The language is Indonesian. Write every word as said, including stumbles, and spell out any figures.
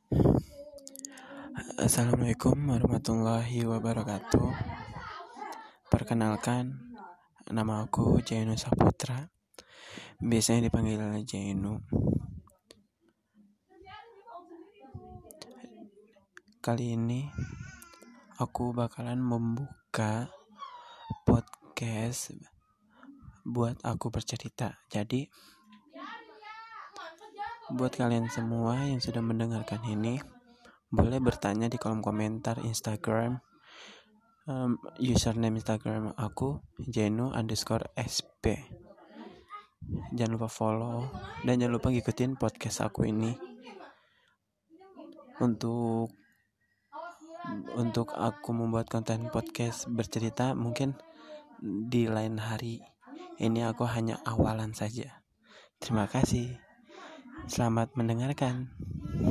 Assalamualaikum warahmatullahi wabarakatuh. Perkenalkan, nama aku Jainu Saputra, biasanya dipanggil Jainu. Kali ini aku bakalan membuka podcast buat aku bercerita. Jadi buat kalian semua yang sudah mendengarkan ini, boleh bertanya di kolom komentar Instagram. um, Username Instagram aku Jenu underscore sp. Jangan lupa follow dan jangan lupa ngikutin podcast aku ini. Untuk Untuk aku membuat konten podcast bercerita mungkin di lain hari. Ini aku hanya awalan saja. Terima kasih. Selamat mendengarkan.